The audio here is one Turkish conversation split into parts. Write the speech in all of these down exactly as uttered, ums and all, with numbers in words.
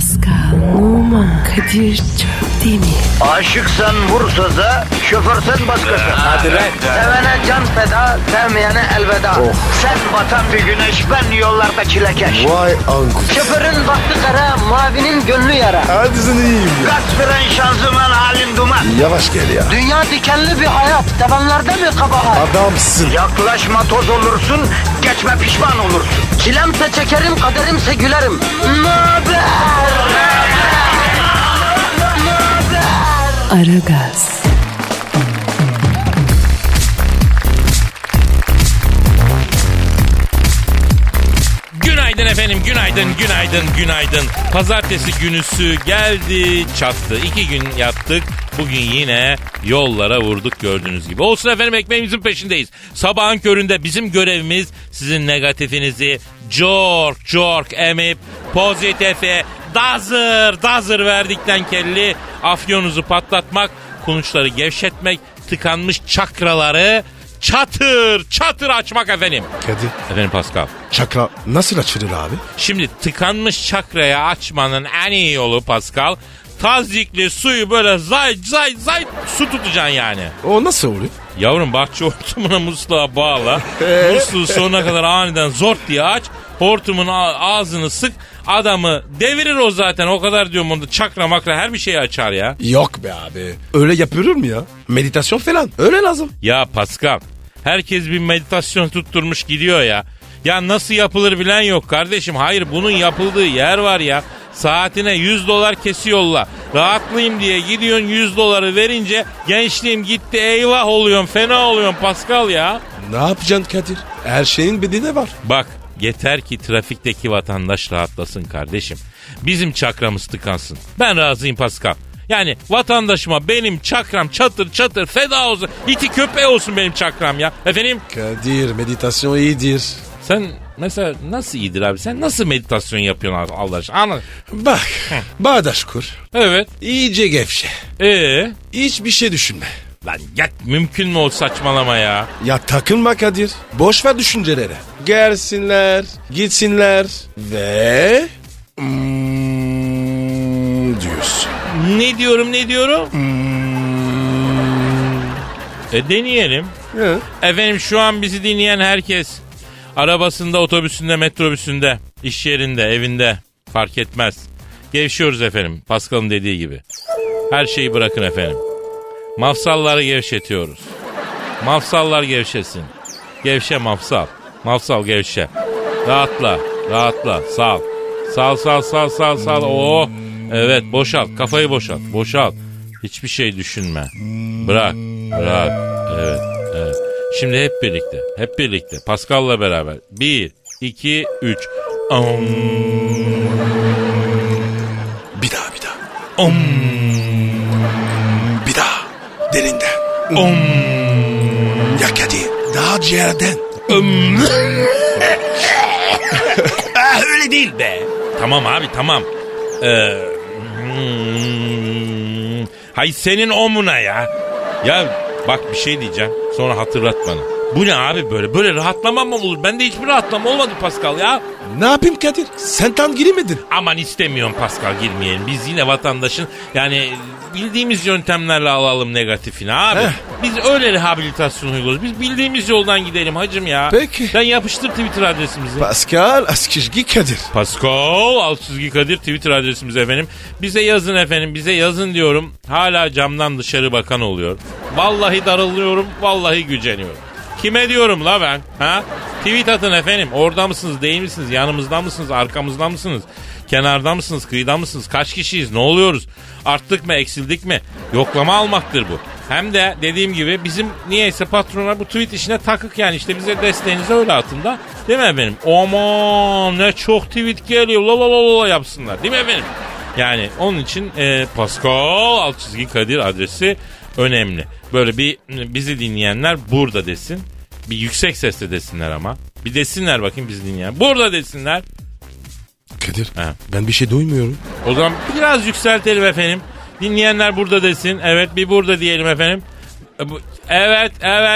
Pascal, Oman, Kadir çok değil mi? Aşıksan vursa da, şoförsen başkasın. Hadi lan. Sevene can feda, sevmeyene elveda. Oh. Sen batan bir güneş, ben yollarda çilekeş. Vay anku. Şoförün baktı kara, mavinin gönlü yara. Hadi sen iyiyim ya. Kasperen şanzıman halin duman. Yavaş gel ya. Dünya dikenli bir hayat, sevenlerde mi kabahar? Adamsın. Yaklaşma toz olursun, geçme pişman olursun. Çilemse çekerim, kaderimse gülerim. Möber! Aragaz. Günaydın efendim, günaydın, günaydın, günaydın. Pazartesi günüsü geldi, çattı. İki gün yattık, bugün yine yollara vurduk gördüğünüz gibi. Olsun efendim, ekmeğimizin peşindeyiz. Sabahın köründe bizim görevimiz sizin negatifinizi cork cork emip pozitife dazır dazır verdikten kelli afyonunuzu patlatmak, kulunçları gevşetmek, tıkanmış çakraları çatır çatır açmak efendim. Kadir. Efendim Pascal. Çakra nasıl açılır abi? Şimdi tıkanmış çakrayı açmanın en iyi yolu Pascal, tazikli suyu böyle zay zay zay su tutacaksın yani. O nasıl oluyor? Yavrum, bahçe hortumuna musluğa bağla. Musluğu sonuna kadar aniden zort diye aç. Hortumun ağzını sık. Adamı devirir o zaten. O kadar diyorum, onda çakra makra her bir şeyi açar ya. Yok be abi. Öyle yapılır mı ya? Meditasyon falan. Öyle lazım. Ya Pascal, herkes bir meditasyon tutturmuş gidiyor ya. Ya nasıl yapılır bilen yok kardeşim. Hayır, bunun yapıldığı yer var ya. Saatine yüz dolar kesiyorlar. Rahatlayayım diye gidiyorsun, yüz doları verince gençliğim gitti eyvah oluyorsun, fena oluyorsun Pascal ya. Ne yapacaksın Kadir? Her şeyin bedeli var. Bak, yeter ki trafikteki vatandaş rahatlasın kardeşim. Bizim çakramız tıkansın. Ben razıyım Pascal. Yani vatandaşıma benim çakram çatır çatır feda olsun. İti köpeği olsun benim çakram ya. Efendim? Kadir, meditasyon iyidir. Sen mesela nasıl iyidir abi? Sen nasıl meditasyon yapıyorsun Allah aşkına? Anladın? Bak, bağdaş kur. Evet. İyice gevşe. Ee? Hiçbir şey düşünme. Lan yat, mümkün mü o saçmalama ya? Ya takılma Kadir. Boş ver düşüncelere. Gelsinler, gitsinler ve... Hmm, diyorsun. Ne diyorum ne diyorum? Hmm. E deneyelim. He. Efendim, şu an bizi dinleyen herkes arabasında, otobüsünde, metrobüsünde, iş yerinde, evinde fark etmez. Gevşiyoruz efendim, Pascal'ın dediği gibi. Her şeyi bırakın efendim. Mafsalları gevşetiyoruz. Mafsallar gevşesin. Gevşe mafsal. Mafsal gevşe. Rahatla, rahatla. Sal. Sal, sal, sal, sal, sal. Oo. Evet, boşalt. Kafayı boşalt. Boşalt. Hiçbir şey düşünme. Bırak, bırak. Evet, evet. Şimdi hep birlikte, hep birlikte. Pascal'la beraber. Bir, iki, üç. Om. Bir daha, bir daha. Om. Bir daha. Derinden. Om. Ya Kadir, daha ciğerden. Om. Ah, öyle değil be. Tamam abi, tamam. Ee, hmm. Hay senin omuna ya. Ya bak, bir şey diyeceğim. Sonra hatırlat bana. Bu ne abi böyle? Böyle rahatlamam mı olur? Bende hiçbir rahatlama olmadı Pascal ya. Ne yapayım Kadir? Sen tam giremedin. Aman istemiyorum Pascal, girmeyelim. Biz yine vatandaşın yani bildiğimiz yöntemlerle alalım negatifini abi. Heh. Biz öyle rehabilitasyon uyguluyoruz. Biz bildiğimiz yoldan gidelim hacım ya. Peki. Sen yapıştır Twitter adresimizi. Pascal Askizgi Kadir. Pascal Altçizgi Kadir Twitter adresimiz efendim. Bize yazın efendim, bize yazın diyorum. Hala camdan dışarı bakan oluyor. Vallahi darılıyorum, vallahi güceniyorum. Kime diyorum la ben? Ha? Tweet atın efendim. Orada mısınız, değil misiniz? Yanımızda mısınız? Arkamızda mısınız? Kenarda mısınız? Kıyıda mısınız? Kaç kişiyiz? Ne oluyoruz? Arttık mı? Eksildik mi? Yoklama almaktır bu. Hem de dediğim gibi bizim niyeyse patrona bu tweet işine takık yani. İşte bize desteğinizi öyle atın da. Değil mi efendim? Aman ne çok tweet geliyor. La la la la yapsınlar. Değil mi efendim? Yani onun için e, Pascal Altçizgi Kadir adresi önemli. Böyle bir bizi dinleyenler burada desin. Bir yüksek sesle desinler ama. Bir desinler bakayım bizi dinleyen. Burada desinler. Kadir, He. ben bir şey duymuyorum. O zaman biraz yükseltelim efendim. Dinleyenler burada desin. Evet, bir burada diyelim efendim. Evet, evet.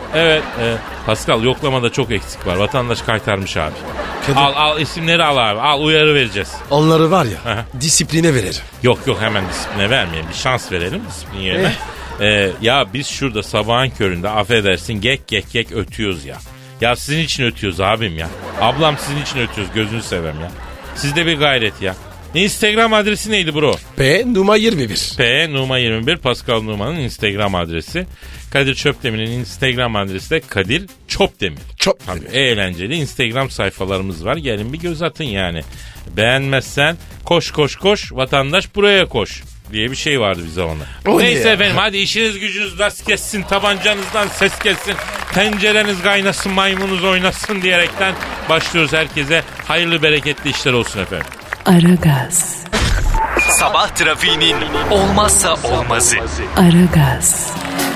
Evet. E, Pascal yoklamada çok eksik var. Vatandaş kaytarmış abi. Kadir. Al al isimleri al abi. Al uyarı vereceğiz. Onları var ya Aha. disipline verir. Yok yok hemen disipline vermeyelim. Bir şans verelim disiplin yerine. Ee, ya biz şurada sabahın köründe affedersin gek gek gek ötüyoruz ya. Ya sizin için ötüyoruz abim ya. Ablam sizin için ötüyoruz gözünü seveyim ya. Sizde bir gayret ya. Instagram adresi neydi bro? P numara yirmi bir. P Numa yirmi bir Pascal Numa'nın Instagram adresi. Kadir Çöpdemir'in Instagram adresi de Kadir Çopdemir. Çok Tabii eğlenceli Instagram sayfalarımız var. Gelin bir göz atın yani. Beğenmezsen koş koş koş vatandaş buraya koş diye bir şey vardı bize ona. O Neyse ya? efendim hadi işiniz gücünüz rast kessin, tabancanızdan ses kessin, tencereniz kaynasın, maymununuz oynasın diyerekten başlıyoruz. Herkese hayırlı bereketli işler olsun efendim. Aragaz, Sabah trafiğinin olmazsa olmazı. Aragaz,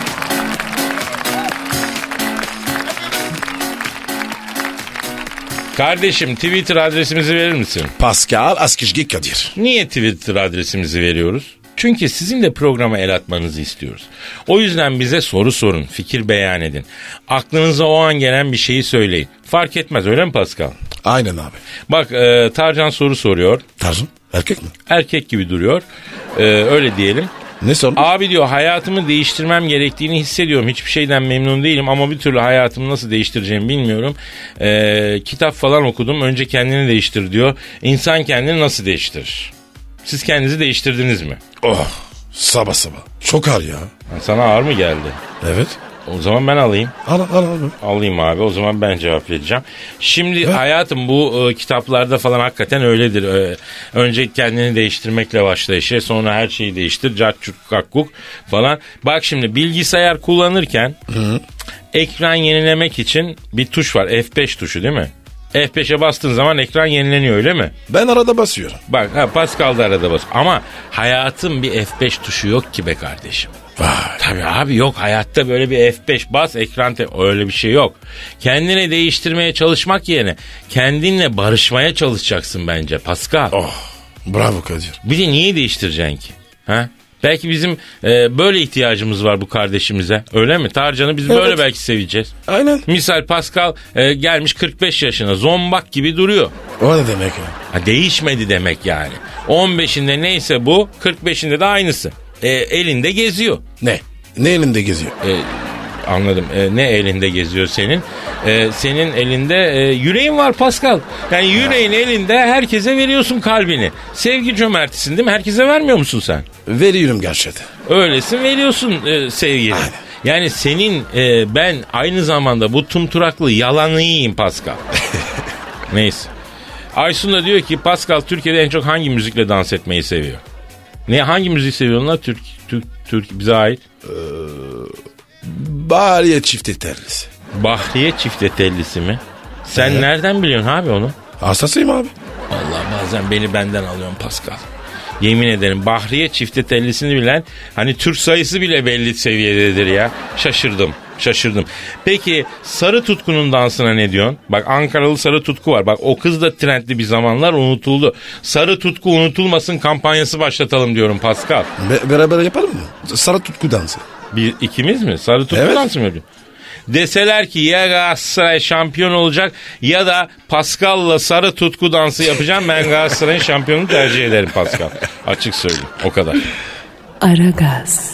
Kardeşim Twitter adresimizi verir misin? Pascal Askışgi Kadir. Niye Twitter adresimizi veriyoruz? Çünkü sizin de programa el atmanızı istiyoruz. O yüzden bize soru sorun, fikir beyan edin. Aklınıza o an gelen bir şeyi söyleyin. Fark etmez öyle mi Pascal? Aynen abi. Bak e, Tarcan soru soruyor. Tarzın erkek mi? Erkek gibi duruyor. E, öyle diyelim. Ne sormuş? Abi diyor hayatımı değiştirmem gerektiğini hissediyorum. Hiçbir şeyden memnun değilim ama bir türlü hayatımı nasıl değiştireceğimi bilmiyorum. Ee, kitap falan okudum. Önce kendini değiştir diyor. İnsan kendini nasıl değiştirir? Siz kendinizi değiştirdiniz mi? Oh sabah sabah. Çok ağır ya. Sana ağır mı geldi? Evet. O zaman ben alayım. Al al al. Alayım abi o zaman ben cevap vereceğim. Şimdi Evet. hayatım bu e, kitaplarda falan hakikaten öyledir. E, önce kendini değiştirmekle başla işe sonra her şeyi değiştir. Cakçuk kakkuk falan. Bak şimdi bilgisayar kullanırken Hı. ekran yenilemek için bir tuş var. F beş tuşu değil mi? F beşe bastığın zaman ekran yenileniyor öyle mi? Ben arada basıyorum. Bak ha, Pascal da arada bas. Ama hayatın bir F beş tuşu yok ki be kardeşim. Vay. Tabii abi yok hayatta böyle bir F beş bas ekran te- öyle bir şey yok. Kendini değiştirmeye çalışmak yerine kendinle barışmaya çalışacaksın bence Pascal. Oh bravo Kadir. Bir de niye değiştireceksin ki? Ha? Belki bizim e, böyle ihtiyacımız var bu kardeşimize. Öyle mi? Tarcan'ı biz Evet. böyle belki seveceğiz. Aynen. Misal Pascal e, gelmiş kırk beş yaşına zombak gibi duruyor. O ne demek ya? Ha, değişmedi demek yani. on beşinde neyse bu kırk beşinde de aynısı. E, elinde geziyor. Ne? Ne elinde geziyor? E, anladım. E, ne elinde geziyor senin? E, senin elinde e, yüreğin var Pascal. Yani yüreğin elinde herkese veriyorsun kalbini. Sevgi cömertisin değil mi? Herkese vermiyor musun sen? Veriyorum gerçekten. Öylesin veriyorsun e, sevgini. Aynen. Yani senin e, ben aynı zamanda bu tumturaklı yalanı yiyeyim Pascal. Neyse. Aysun da diyor ki Pascal Türkiye'de en çok hangi müzikle dans etmeyi seviyor? Ne hangi müziği seviyorsun lan Türk Türk Türk bize ait? Bahariye çifte terlisi. Bahriye çifte tellisi mi? Sen Evet. nereden biliyorsun abi onu? Hastasıyım abi. Allah bazen beni benden alıyorsun Pascal. Yemin ederim Bahriye çifte tellisini bilen hani Türk sayısı bile belli seviyededir ya. Şaşırdım. Şaşırdım. Peki Sarı Tutku'nun dansına ne diyorsun? Bak Ankaralı Sarı Tutku var. Bak o kız da trendli bir zamanlar unutuldu. Sarı Tutku unutulmasın kampanyası başlatalım diyorum Pascal. Be- beraber yapalım mı? Sarı tutku dansı. Bir ikimiz mi? Sarı Tutku Evet. dansı mı yapıyor? Deseler ki ya Galatasaray şampiyon olacak ya da Pascal'la Sarı Tutku dansı yapacağım. Ben Galatasaray'ın şampiyonunu tercih ederim Pascal. Açık söyleyeyim. O kadar. Aragaz,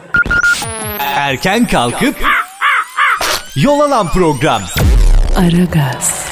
Erken kalkıp yol alan program. Aragaz,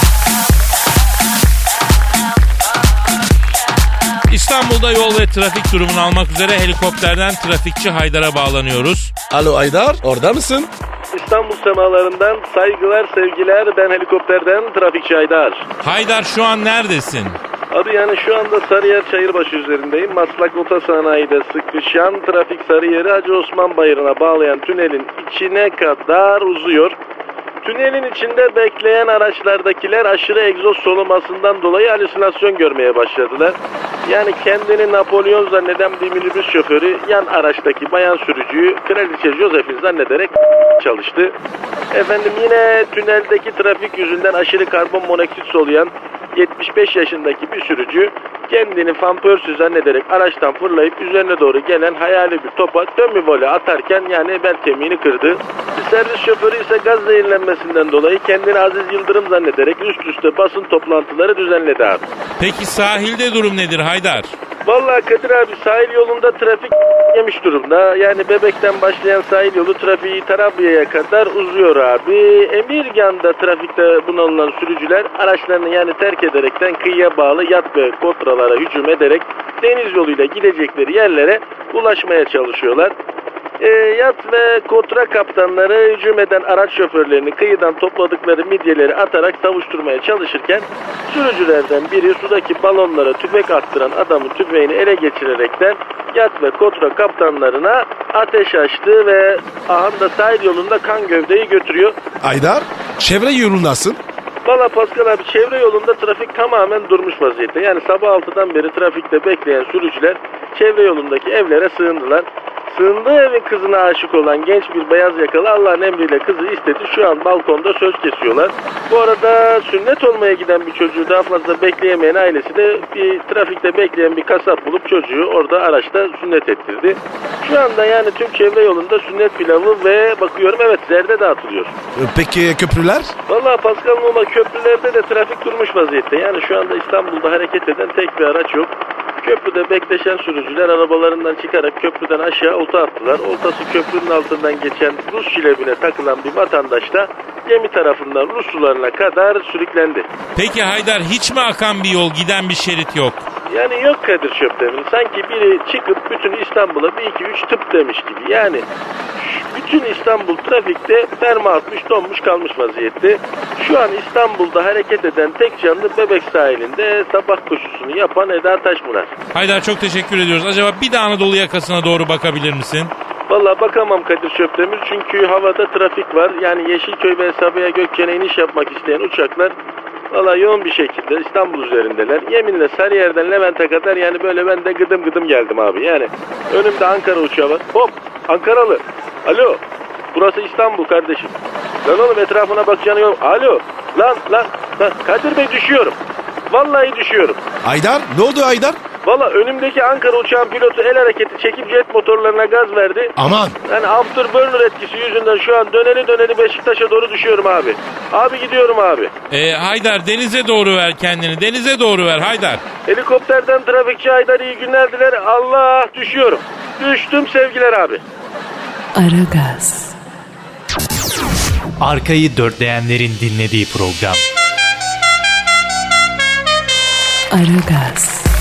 İstanbul'da yol ve trafik durumunu almak üzere helikopterden trafikçi Haydar'a bağlanıyoruz. Alo Aydar orada mısın? İstanbul semalarından saygılar, sevgiler. Ben helikopterden trafikçi Haydar. Haydar şu an neredesin? Abi yani şu anda Sarıyer Çayırbaşı üzerindeyim. Maslak Otosanayı'da sıkışan trafik Sarıyer'i Hacı Osman Bayırı'na bağlayan tünelin içine kadar uzuyor. Tünelin içinde bekleyen araçlardakiler aşırı egzoz solumasından dolayı halüsinasyon görmeye başladılar. Yani kendini Napolyon zanneden bir minibüs şoförü yan araçtaki bayan sürücüyü Kraliçe Josephine zannederek çalıştı. Efendim yine tüneldeki trafik yüzünden aşırı karbon monoksit soluyan yetmiş beş yaşındaki bir sürücü kendini fampörsü zannederek araçtan fırlayıp üzerine doğru gelen hayali bir topa dömü voley atarken yani bel kemiğini kırdı. Servis şoförü ise gaz zehirlenmesinden dolayı kendini Aziz Yıldırım zannederek üst üste basın toplantıları düzenledi abi. Peki sahilde durum nedir Haydar? Vallahi Kadir abi sahil yolunda trafik yemiş durumda. Yani Bebek'ten başlayan sahil yolu trafiği Tarabya'ya kadar uzuyor abi. Emirgan'da trafikte bulunan sürücüler araçlarını yani terk ederekten kıyıya bağlı yat ve kotralara hücum ederek deniz yoluyla gidecekleri yerlere ulaşmaya çalışıyorlar. E, yat ve kotra kaptanları hücum eden araç şoförlerini kıyıdan topladıkları midyeleri atarak savuşturmaya çalışırken sürücülerden biri sudaki balonlara tüfek attıran adamın tüfeğini ele geçirerekten yat ve kotra kaptanlarına ateş açtı ve ahanda sahil yolunda kan gövdeyi götürüyor. Haydar, çevre yolundasın. Valla Pascal abi çevre yolunda trafik tamamen durmuş vaziyette. Yani sabah altıdan beri trafikte bekleyen sürücüler çevre yolundaki evlere sığındılar. Sığındığı evin kızına aşık olan genç bir beyaz yakalı Allah'ın emriyle kızı istedi. Şu an balkonda söz kesiyorlar. Bu arada sünnet olmaya giden bir çocuğu daha fazla bekleyemeyen ailesi de bir trafikte bekleyen bir kasap bulup çocuğu orada araçta sünnet ettirdi. Şu anda yani tüm çevre yolunda sünnet pilavı ve bakıyorum evet zerde dağıtılıyor. Peki köprüler? Valla Pascal Numa köprülerde de trafik durmuş vaziyette. Yani şu anda İstanbul'da hareket eden tek bir araç yok. Köprüde bekleşen sürücüler arabalarından çıkarak köprüden aşağı olta attılar. Oltası köprünün altından geçen Rus şilebine takılan bir vatandaş da gemi tarafından Rus sularına kadar sürüklendi. Peki Haydar hiç mi akan bir yol, giden bir şerit yok? Yani yok Kadir Çöptemir. Sanki biri çıkıp bütün İstanbul'a bir iki üç tıp demiş gibi. Yani bütün İstanbul trafikte ferma atmış, donmuş kalmış vaziyette. Şu an İstanbul'da hareket eden tek canlı Bebek sahilinde sabah koşusunu yapan Eda Taşpınar. Haydar çok teşekkür ediyoruz. Acaba bir de Anadolu yakasına doğru bakabilir misin? Vallahi bakamam Kadir Çöptemir çünkü havada trafik var. Yani Yeşilköy ve Sabiha Gökçen'e iniş yapmak isteyen uçaklar vallahi yoğun bir şekilde İstanbul üzerindeler. Yeminle Sarıyer'den Levent'e kadar yani böyle ben de gıdım gıdım geldim abi. Yani önümde Ankara uçağı var. Hop Ankaralı. Alo. Burası İstanbul kardeşim. Lan oğlum etrafına bakacağını yok. Alo. Lan lan. lan. Kadir Bey düşüyorum. Vallahi düşüyorum. Haydar, ne oldu Haydar? Valla önümdeki Ankara uçağın pilotu el hareketi çekip jet motorlarına gaz verdi. Aman. Yani afterburner etkisi yüzünden şu an döneli döneli Beşiktaş'a doğru düşüyorum abi. Abi gidiyorum abi. Ee, Haydar denize doğru ver kendini. Denize doğru ver Haydar. Helikopterden trafikçi Haydar iyi günler diler. Allah düşüyorum. Düştüm sevgiler abi. Aragaz. Arkayı dörtleyenlerin dinlediği program. Aragaz.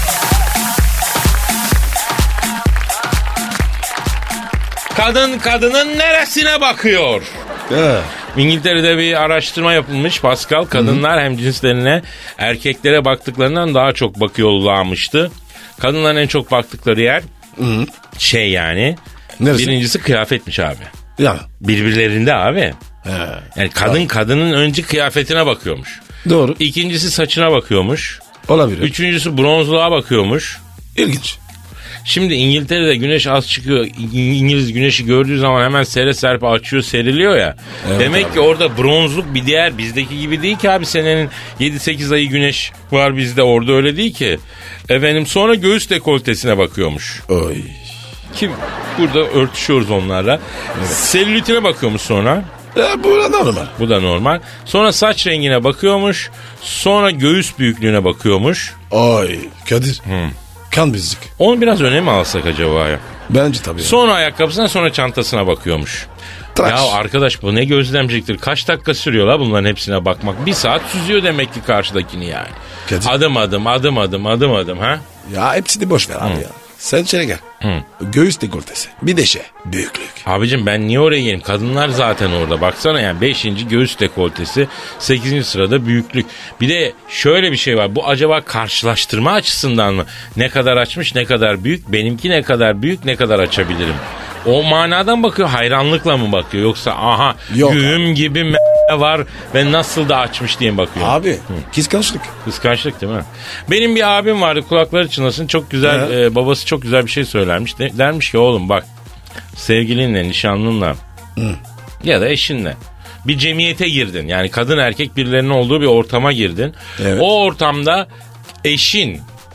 Kadın kadının neresine bakıyor? He. İngiltere'de bir araştırma yapılmış Pascal. Kadınlar Hı. hem cinslerine erkeklere baktıklarından daha çok bakıyorlarmıştı. Kadınların en çok baktıkları yer Hı. şey yani. Neresi? Birincisi kıyafetmiş abi. Ya. Birbirlerinde abi. He. Yani kadın Doğru. kadının önce kıyafetine bakıyormuş. Doğru. İkincisi saçına bakıyormuş. Olabilir. Üçüncüsü bronzluğa bakıyormuş. İlginç. Şimdi İngiltere'de güneş az çıkıyor. İngiliz güneşi gördüğü zaman hemen sere serpe açıyor, seriliyor ya. Evet, Demek abi. ki orada bronzluk bir diğer bizdeki gibi değil ki abi. Senenin yedi sekiz ayı güneş var bizde, orada öyle değil ki. Efendim sonra göğüs dekoltesine bakıyormuş. Oy. Ki burada örtüşüyoruz onlarla. Evet. Selülitine bakıyormuş sonra. E, bu da normal. Bu da normal. Sonra saç rengine bakıyormuş. Sonra göğüs büyüklüğüne bakıyormuş. Ay Kadir. Hı. Kan bizlik. Onu biraz öne mi alsak acaba ya? Bence tabii. Sonra yani. ayakkabısına sonra çantasına bakıyormuş. Tıraş. Ya arkadaş bu ne gözlemciliktir. Kaç dakika sürüyor la bunların hepsine bakmak? Bir saat süzüyor demek ki karşıdakini yani. Kadir. Adım adım adım adım adım adım ha? Ya hepsini boş ver abi Hı. ya. Sen içeri gel. Hı. Göğüs dekoltesi. Bir de şey. Büyüklük. Abicim ben niye oraya geleyim? Kadınlar zaten orada. Baksana yani beşinci göğüs dekoltesi. sekizinci sırada büyüklük. Bir de şöyle bir şey var. Bu acaba karşılaştırma açısından mı? Ne kadar açmış, ne kadar büyük? Benimki ne kadar büyük, ne kadar açabilirim? O manadan bakıyor, hayranlıkla mı bakıyor? Yoksa aha Yok güğüm abi. gibi m- var ve nasıl da açmış diye mi bakıyor? Abi Hı. kıskançlık. Kıskançlık değil mi? Benim bir abim vardı, kulakları çınlasın, çok güzel e, babası çok güzel bir şey söylermiş. De, dermiş ki oğlum bak sevgilinle, nişanlınla Hı. ya da eşinle bir cemiyete girdin. Yani kadın erkek birilerinin olduğu bir ortama girdin. Evet. O ortamda eşin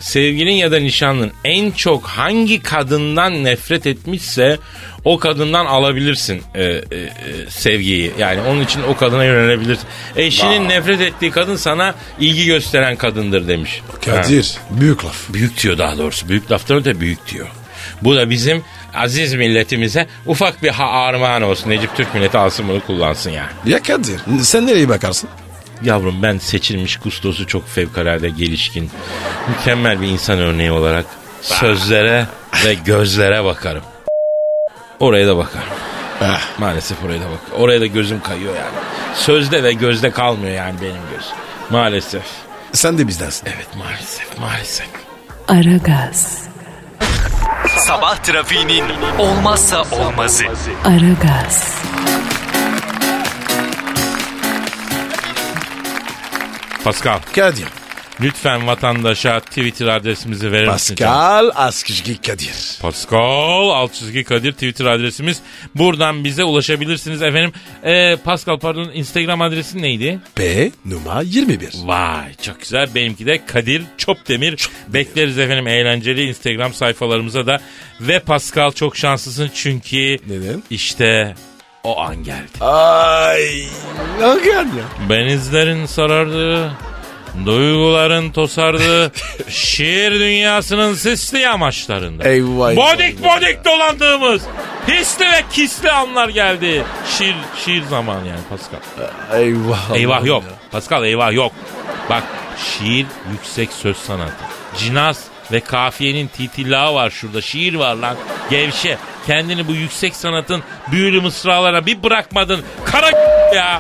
sevgilin ya da nişanlın en çok hangi kadından nefret etmişse o kadından alabilirsin e, e, e, sevgiyi. Yani onun için o kadına yönelebilirsin. Eşinin Aa. nefret ettiği kadın sana ilgi gösteren kadındır demiş. Kadir ha. büyük laf. Büyük diyor daha doğrusu. Büyük laftan öte büyük diyor. Bu da bizim aziz milletimize ufak bir ha armağan olsun. Necip Türk milleti alsın bunu kullansın ya. Ya Kadir sen nereye bakarsın? Yavrum ben seçilmiş kustosu çok fevkalade gelişkin, mükemmel bir insan örneği olarak sözlere ve gözlere bakarım. Oraya da bakarım. Ah. Maalesef oraya da bak. Oraya da gözüm kayıyor yani. Sözde ve gözde kalmıyor yani benim göz. Maalesef. Sen de bizdensin. Evet maalesef maalesef. Aragaz. Sabah trafiğinin olmazsa olmazı. Aragaz. Pascal. Kadir. Lütfen vatandaşa Twitter adresimizi verir misin? Pascal Askışgi Kadir. Pascal Askışgi Kadir Twitter adresimiz. Buradan bize ulaşabilirsiniz efendim. Ee, Pascal pardon Instagram adresin neydi? P numara yirmi bir. Vay çok güzel. Benimki de Kadir Çopdemir. Çok Bekleriz efendim eğlenceli Instagram sayfalarımıza da. Ve Pascal çok şanslısın çünkü... Neden? İşte o an geldi. Ay ne geldi ya? Benizlerin sarardığı... Duyguların tosardığı şiir dünyasının sisli yamaçlarında. Eyvah. Bodik bodik dolandığımız hisli ve kisli anlar geldi. Şiir, şiir zamanı yani Pascal. Eyvah. Eyvah yok. Ya. Pascal eyvah yok. Bak şiir yüksek söz sanatı. Cinas ve kafiyenin titillahı var şurada. Şiir var lan. Gevşe. Kendini bu yüksek sanatın büyülü mısralara bir bırakmadın. Kara ya.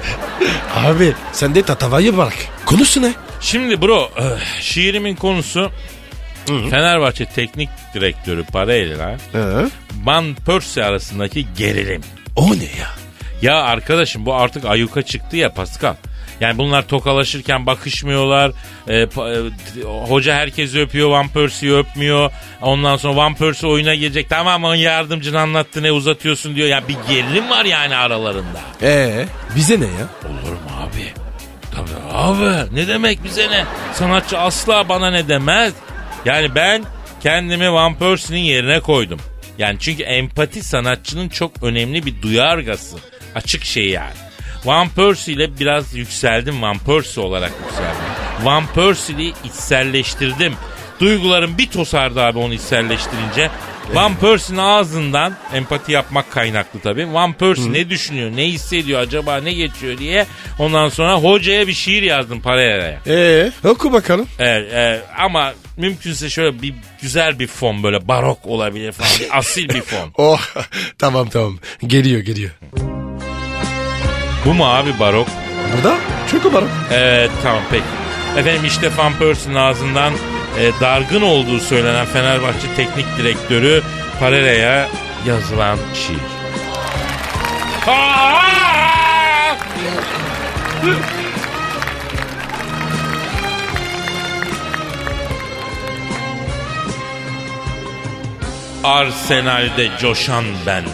Abi sen de tatavayı bırak. Konusu ne? Şimdi bro şiirimin konusu Hı-hı. Fenerbahçe teknik direktörü Pereira Van Persie arasındaki gerilim. O ne ya? Ya arkadaşım bu artık ayyuka çıktı ya Pascal. Yani bunlar tokalaşırken bakışmıyorlar. E, e, hoca herkesi öpüyor, Van Persie'yi öpmüyor. Ondan sonra Van Persie oyuna girecek. Tamam yardımcın anlattı ne uzatıyorsun diyor. Ya bir gerilim var yani aralarında. Ee, bize ne ya? Olur mu abi? Tabii abi ne demek bize ne? Sanatçı asla bana ne demez. Yani ben kendimi Van Persie'nin yerine koydum. Yani çünkü empati sanatçının çok önemli bir duyargası. Açık şey yani. Van Persie ile biraz yükseldim. Van Persie olarak yükseldim. Van Persie'yi içselleştirdim. Duygularım bir tosardı abi onu içselleştirince. Van Persie'nin ağzından empati yapmak kaynaklı tabii. Van Persie Hı. ne düşünüyor, ne hissediyor, acaba ne geçiyor diye. Ondan sonra hocaya bir şiir yazdım Pereira'ya. Eee oku bakalım. Evet, evet ama mümkünse şöyle bir güzel bir fon böyle barok olabilir falan. Bir asil bir fon. Oh tamam tamam geliyor geliyor. Bu mu abi barok? Burada çünkü barok. Evet tamam peki. Efendim işte Van Persie'nin ağzından e, dargın olduğu söylenen Fenerbahçe teknik direktörü Pereira'ya yazılan şiir. Arsenal'de coşan ben,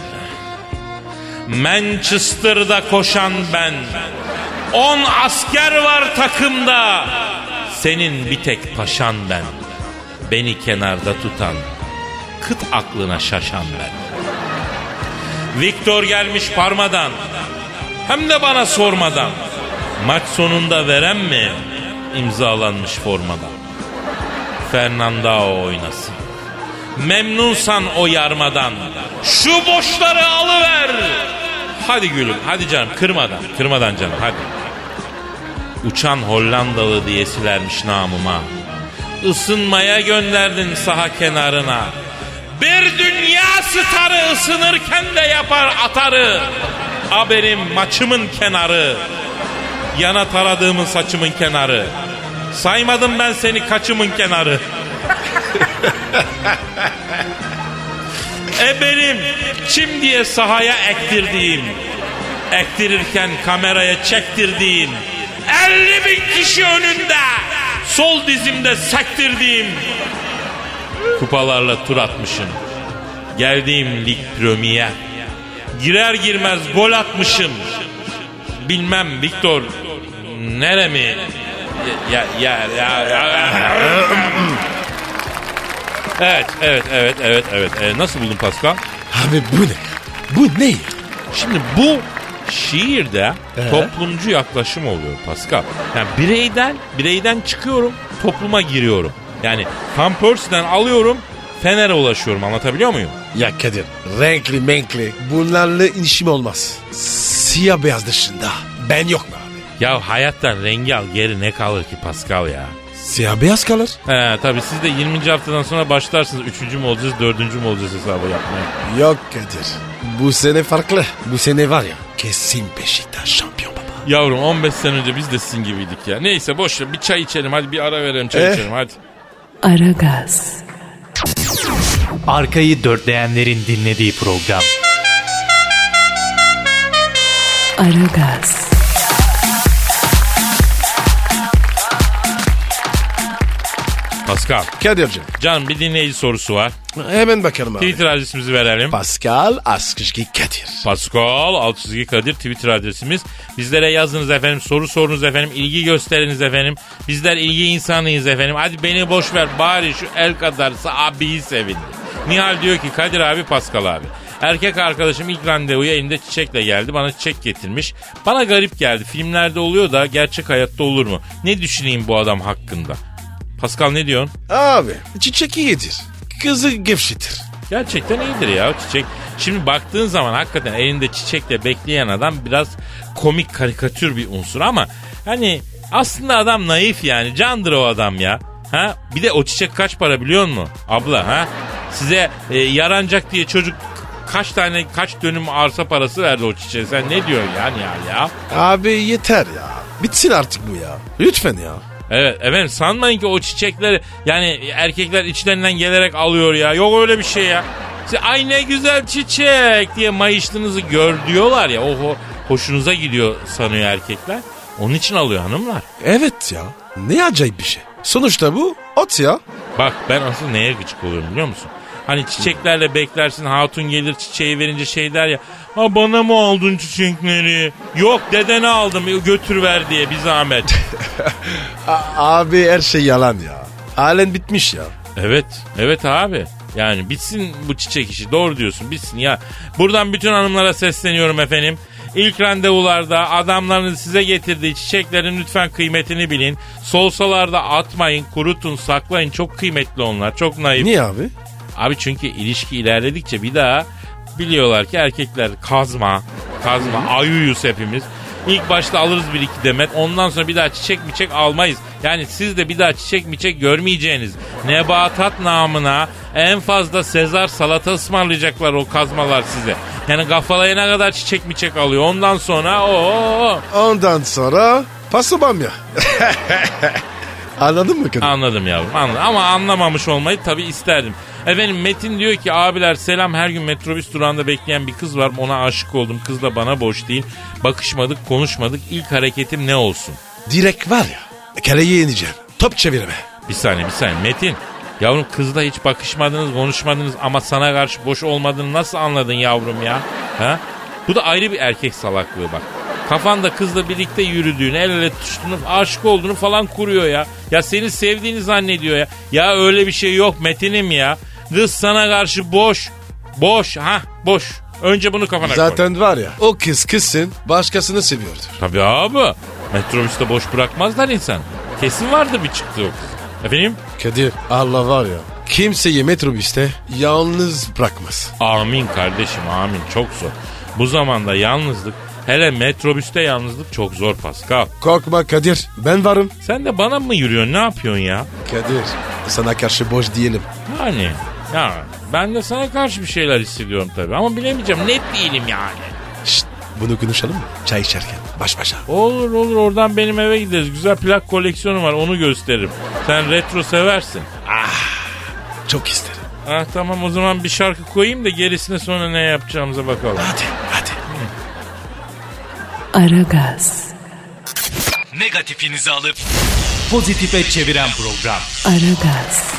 Manchester'da koşan ben, on asker var takımda, senin bir tek paşan ben, beni kenarda tutan, kıt aklına şaşan ben. Victor gelmiş Parma'dan, hem de bana sormadan, maç sonunda veren mi imzalanmış formadan? Fernandao oynasın, memnunsan o yarmadan, şu boşları alıver. Hadi gülüm, hadi canım, kırmadan, kırmadan canım, hadi. Uçan Hollandalı diyesilermiş namıma, Isınmaya gönderdin saha kenarına. Bir dünya starı ısınırken de yapar atarı. A benim maçımın kenarı, yana taradığımın saçımın kenarı. Saymadım ben seni kaçımın kenarı. E benim çim diye sahaya ektirdiğim, ektirirken kameraya çektirdiğim, elli bin kişi önünde sol dizimde sektirdiğim, kupalarla tur atmışım, geldiğim lig premier, girer girmez gol atmışım. Bilmem Victor neremi ya ya ya, ya, ya. Evet, evet, evet, evet, evet. Ee, nasıl buldun Pascal? Abi bu ne? Bu ne ya? Şimdi bu şiirde Ee? toplumcu yaklaşım oluyor Pascal. Yani bireyden, bireyden çıkıyorum, topluma giriyorum. Yani Van Persie'den alıyorum, Fener'e ulaşıyorum. Anlatabiliyor muyum? Ya Kadir, renkli menkli bunlarla işim olmaz. Siyah beyaz dışında ben yok mu abi? Ya hayattan rengi al, geri ne kalır ki Pascal ya? Siyah beyaz kalır. He tabii siz de yirminci haftadan sonra başlarsınız. Üçüncü mü olacağız, dördüncü mü olacağız hesabı yapmaya. Yok Kadir. Bu sene farklı. Bu sene var ya kesin Beşiktaş şampiyon baba. Yavrum on beş sene önce biz de sizin gibiydik ya. Neyse boş ver, bir çay içelim hadi, bir ara verelim, çay Eh. içelim hadi. Aragaz, Arkayı dörtleyenlerin dinlediği program. Aragaz, Pascal, Kadir'cim canım bir dinleyici sorusu var. hemen bakalım abi. Twitter adresimizi verelim. Pascal Askışki Kadir. Pascal Altçizgi Kadir Twitter adresimiz. Bizlere yazınız efendim, soru sorunuz efendim, ilgi gösteriniz efendim. Bizler ilgi insanıyız efendim. Hadi beni boş ver, bari şu el kadarsa abiyi sevindir. Nihal diyor ki Kadir abi, Pascal abi, erkek arkadaşım ilk randevuya elinde çiçekle geldi. Bana çiçek getirmiş. Bana garip geldi. Filmlerde oluyor da gerçek hayatta olur mu? Ne düşüneyim bu adam hakkında? Pascal ne diyorsun? Abi çiçek iyidir. Kızı gevşetir. Gerçekten iyidir ya çiçek. Şimdi baktığın zaman hakikaten elinde çiçekle bekleyen adam biraz komik, karikatür bir unsur ama hani aslında adam naif yani, candır o adam ya. Ha? Bir de o çiçek kaç para biliyor musun abla ha? Size e, yaranacak diye çocuk kaç tane kaç dönüm arsa parası verdi o çiçeğe, sen ne diyorsun yani ya ya? Abi yeter ya. Bitsin artık bu ya. Lütfen ya. Evet efendim, sanmayın ki o çiçekleri yani erkekler içlerinden gelerek alıyor ya. Yok öyle bir şey ya. Siz, ay ne güzel çiçek diye mayıştığınızı gör diyorlar ya. O ho- hoşunuza gidiyor sanıyor erkekler. Onun için alıyor hanımlar. Evet ya. Ne acayip bir şey. Sonuçta bu ot ya. Bak ben asıl neye gıcık oluyorum biliyor musun? Hani çiçeklerle beklersin, hatun gelir çiçeği verince şey der ya. Ha bana mı aldın çiçekleri? Yok dedene aldım, götür ver diye bir zahmet. A- abi her şey yalan ya. Halen bitmiş ya. Evet, evet abi. Yani bitsin bu çiçek işi, doğru diyorsun, bitsin ya. Buradan bütün hanımlara sesleniyorum efendim. İlk randevularda adamların size getirdiği çiçeklerin lütfen kıymetini bilin. Solsalarda atmayın, kurutun, saklayın. Çok kıymetli onlar, çok naif. Niye abi? Abi çünkü ilişki ilerledikçe bir daha biliyorlar ki erkekler kazma, kazma, ayuyuz hepimiz. İlk başta alırız bir iki demet, ondan sonra bir daha çiçek miçek almayız. Yani siz de bir daha çiçek miçek görmeyeceğiniz nebatat namına en fazla Sezar salata ısmarlayacaklar o kazmalar size. Yani kafalayana kadar çiçek miçek alıyor, ondan sonra o. Ondan sonra paso bamya. Anladın mı kadın? Anladım yavrum, anladım. Ama anlamamış olmayı tabii isterdim. Efendim Metin diyor ki abiler selam, her gün metrobüs durağında bekleyen bir kız var, ona aşık oldum, kız da bana boş değil, bakışmadık konuşmadık, ilk hareketim ne olsun? Direkt var ya, kaleyi ineceğim, top çevirme. Bir saniye bir saniye Metin, yavrum kızla hiç bakışmadınız konuşmadınız ama sana karşı boş olmadığını nasıl anladın yavrum ya? Ha? Bu da ayrı bir erkek salaklığı bak. Kafanda kızla birlikte yürüdüğünü, el ele tutuştuğunu, aşık olduğunu falan kuruyor ya. Ya seni sevdiğini zannediyor ya. Ya öyle bir şey yok Metin'im ya. Kız sana karşı boş. Boş ha boş. Önce bunu kafana koy. Zaten var ya, o kız kızsın başkasını seviyordur. Tabii abi. Metrobüste boş bırakmazlar insan. Kesin vardır bir çıktığı o kız. Efendim? Kadir, Allah var ya, kimseyi metrobüste yalnız bırakmaz. Amin kardeşim amin, çok zor. Bu zamanda yalnızlık, hele metrobüste yalnızlık çok zor Pascal. Korkma Kadir, ben varım. Sen de bana mı yürüyorsun, ne yapıyorsun ya? Kadir, sana karşı boş diyelim. Yani ya ben de sana karşı bir şeyler hissediyorum tabii ama bilemeyeceğim, net değilim yani. Şşt, bunu konuşalım mı? Çay içerken baş başa. Olur olur, oradan benim eve gideriz. Güzel plak koleksiyonu var, onu gösteririm. Sen retro seversin. Çok isterim. Ah tamam, o zaman bir şarkı koyayım da gerisine sonra ne yapacağımıza bakalım. Hadi hadi. Aragaz, Negatifinizi alıp pozitife çeviren program. Aragaz,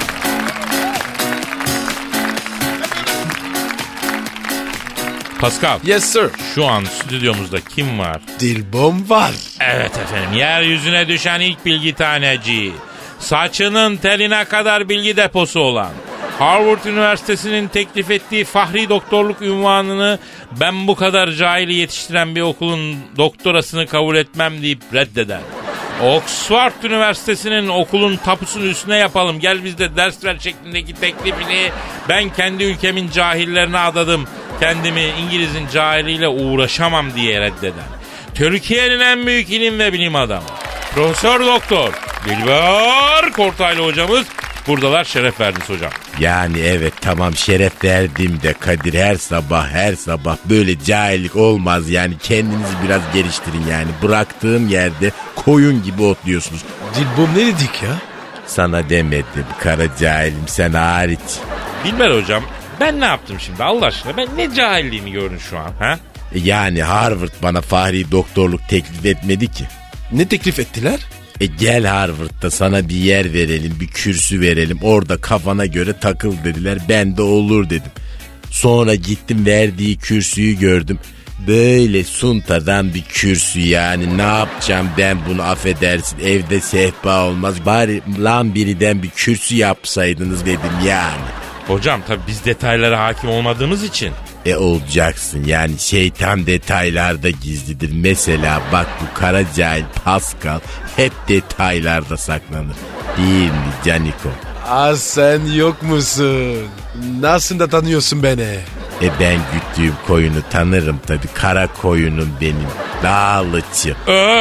Pascal, Yes sir. şu an stüdyomuzda kim var? Dilbom var. Evet efendim, yeryüzüne düşen ilk bilgi taneci. Saçının teline kadar bilgi deposu olan, Harvard Üniversitesi'nin teklif ettiği fahri doktorluk unvanını ben bu kadar cahili yetiştiren bir okulun doktorasını kabul etmem deyip reddeder. Oxford Üniversitesi'nin okulun tapusunun üstüne yapalım, gel bizde ders ver şeklindeki teklifini ben kendi ülkemin cahillerine adadım. Kendimi İngiliz'in cahiliyle uğraşamam diye reddeder. Türkiye'nin en büyük ilim ve bilim adamı Profesör Doktor Dilber Kortaylı hocamız buradalar, şeref verdiniz hocam. Yani evet tamam, şeref verdim de Kadir, her sabah her sabah böyle cahillik olmaz yani, kendinizi biraz geliştirin yani, bıraktığım yerde koyun gibi otluyorsunuz. Dilbom ne dedik ya? Sana demedim kara cahilim, sen hariç. Dilber hocam, ben ne yaptım şimdi Allah aşkına, ben ne cahilliğimi gördün şu an ha? Yani Harvard bana fahri doktorluk teklif etmedi ki. Ne teklif ettiler? E gel Harvard'da sana bir yer verelim, bir kürsü verelim, orada kafana göre takıl dediler, ben de olur dedim. Sonra gittim, verdiği kürsüyü gördüm. Böyle suntadan bir kürsü yani, ne yapacağım ben bunu, affedersin, evde sehpa olmaz, bari lan biriden bir kürsü yapsaydınız dedim yani. Hocam tabii biz detaylara hakim olmadığımız için. E olacaksın yani, şeytan detaylarda gizlidir. Mesela bak bu kara cahil Pascal hep detaylarda saklanır. Değil mi Caniko? Aa, sen yok musun? Nasıl da tanıyorsun beni? E ben güttüğüm koyunu tanırım tabii, kara koyunum benim, dağlıçı.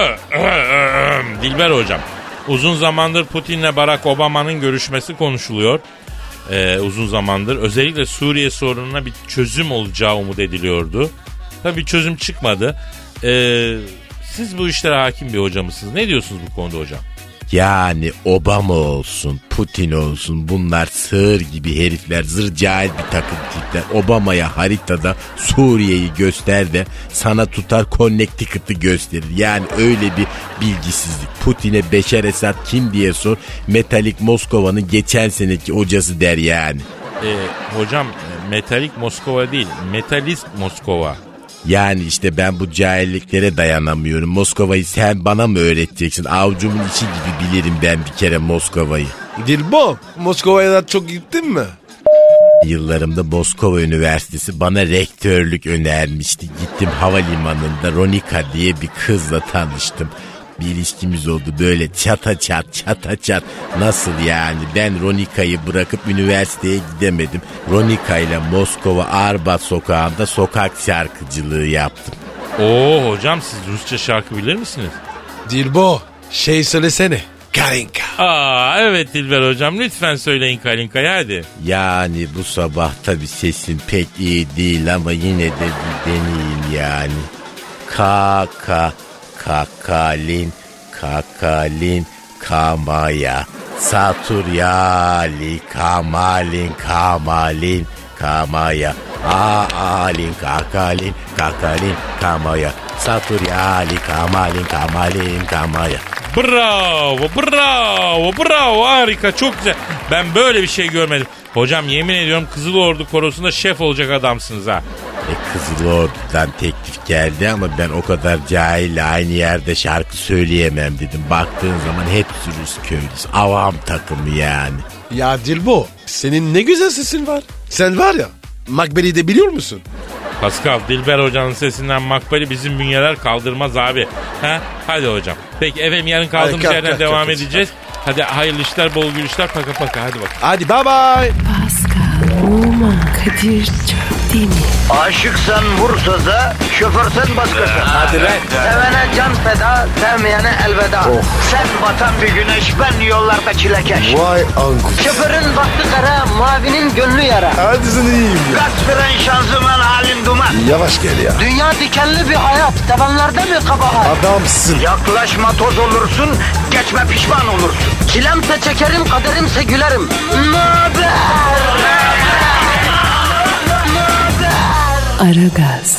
Dilber hocam, uzun zamandır Putin'le Barack Obama'nın görüşmesi konuşuluyor. Ee, uzun zamandır özellikle Suriye sorununa bir çözüm olacağı umut ediliyordu. Tabii çözüm çıkmadı. Ee, siz bu işlere hakim bir hocamısınız. Ne diyorsunuz bu konuda hocam? Yani Obama olsun, Putin olsun, bunlar sığır gibi herifler, zır cahil bir takım tipler. Obama'ya haritada Suriye'yi göster de sana tutar Connecticut'ı gösterir. Yani öyle bir bilgisizlik. Putin'e Beşar Esad kim diye sor, Metalik Moskova'nın geçen seneki hocası der yani. Ee, hocam Metalik Moskova değil, Metalist Moskova. Yani işte ben bu cahilliklere dayanamıyorum. Moskova'yı sen bana mı öğreteceksin? Avucumun içi gibi bilirim ben bir kere Moskova'yı. Dilbom, Moskova'ya da çok gittin mi? Yıllarımda Moskova Üniversitesi bana rektörlük önermişti. Gittim havalimanında, Ronika diye bir kızla tanıştım. Bir ilişkimiz oldu böyle çata çat çata çat. Nasıl yani, ben Ronika'yı bırakıp üniversiteye gidemedim. Ronika ile Moskova Arbat sokağında sokak şarkıcılığı yaptım. Oo hocam, siz Rusça şarkı bilir misiniz? Dilbo, şey söylesene. Kalinka. Aa evet Dilber hocam, lütfen söyleyin Kalinka'yı hadi. Yani bu sabah tabii sesim pek iyi değil ama yine de bir deneyeyim yani. Kaka kakalin kakalin kamaya Saturyali kamalin kamalin kamaya Aalin kakalin kakalin kamaya Saturyali kamalin kamalin kamaya. Bravo, bravo, bravo, harika, çok güzel. Ben böyle bir şey görmedim. Hocam yemin ediyorum Kızılordu Korosu'nda şef olacak adamsınız ha. E Kızılordu'dan teklif geldi ama ben o kadar cahille aynı yerde şarkı söyleyemem dedim. Baktığın zaman hepsi Rus köylüsü, avam takımı yani. Ya Dilbo, senin ne güzel sesin var. Sen var ya, Makbeli'yi de biliyor musun? Pascal, Dilber hocanın sesinden Makbeli bizim bünyeler kaldırmaz abi. Ha? Hadi hocam. Peki efendim, yarın kaldığımız hadi, kalk, yerden kalk, devam kalk, edeceğiz. Hadi hayırlı işler, bol gülüşler, paka paka, hadi bakalım. Hadi bye bye. Pascal, Oman, Kadir çok değil mi? Aşıksan vursa da, şoförsen başkasın. Hadi lan. Sevene can feda, sevmeyene elveda. Sen batan bir güneş, ben yollarda çilekeş. Vay anku. Şoförün baktı kara, mavinin gönlü yara. Hadi sen iyiyim ya. Kasperen şanzıman halin duman. Yavaş gel ya. Dünya dikenli bir hayat, sevenlerde mi kabahar? Adamsın. Yaklaşma toz olursun, geçme pişman olursun. Çilemse çekerim, kaderimse gülerim. Möber! Aragaz.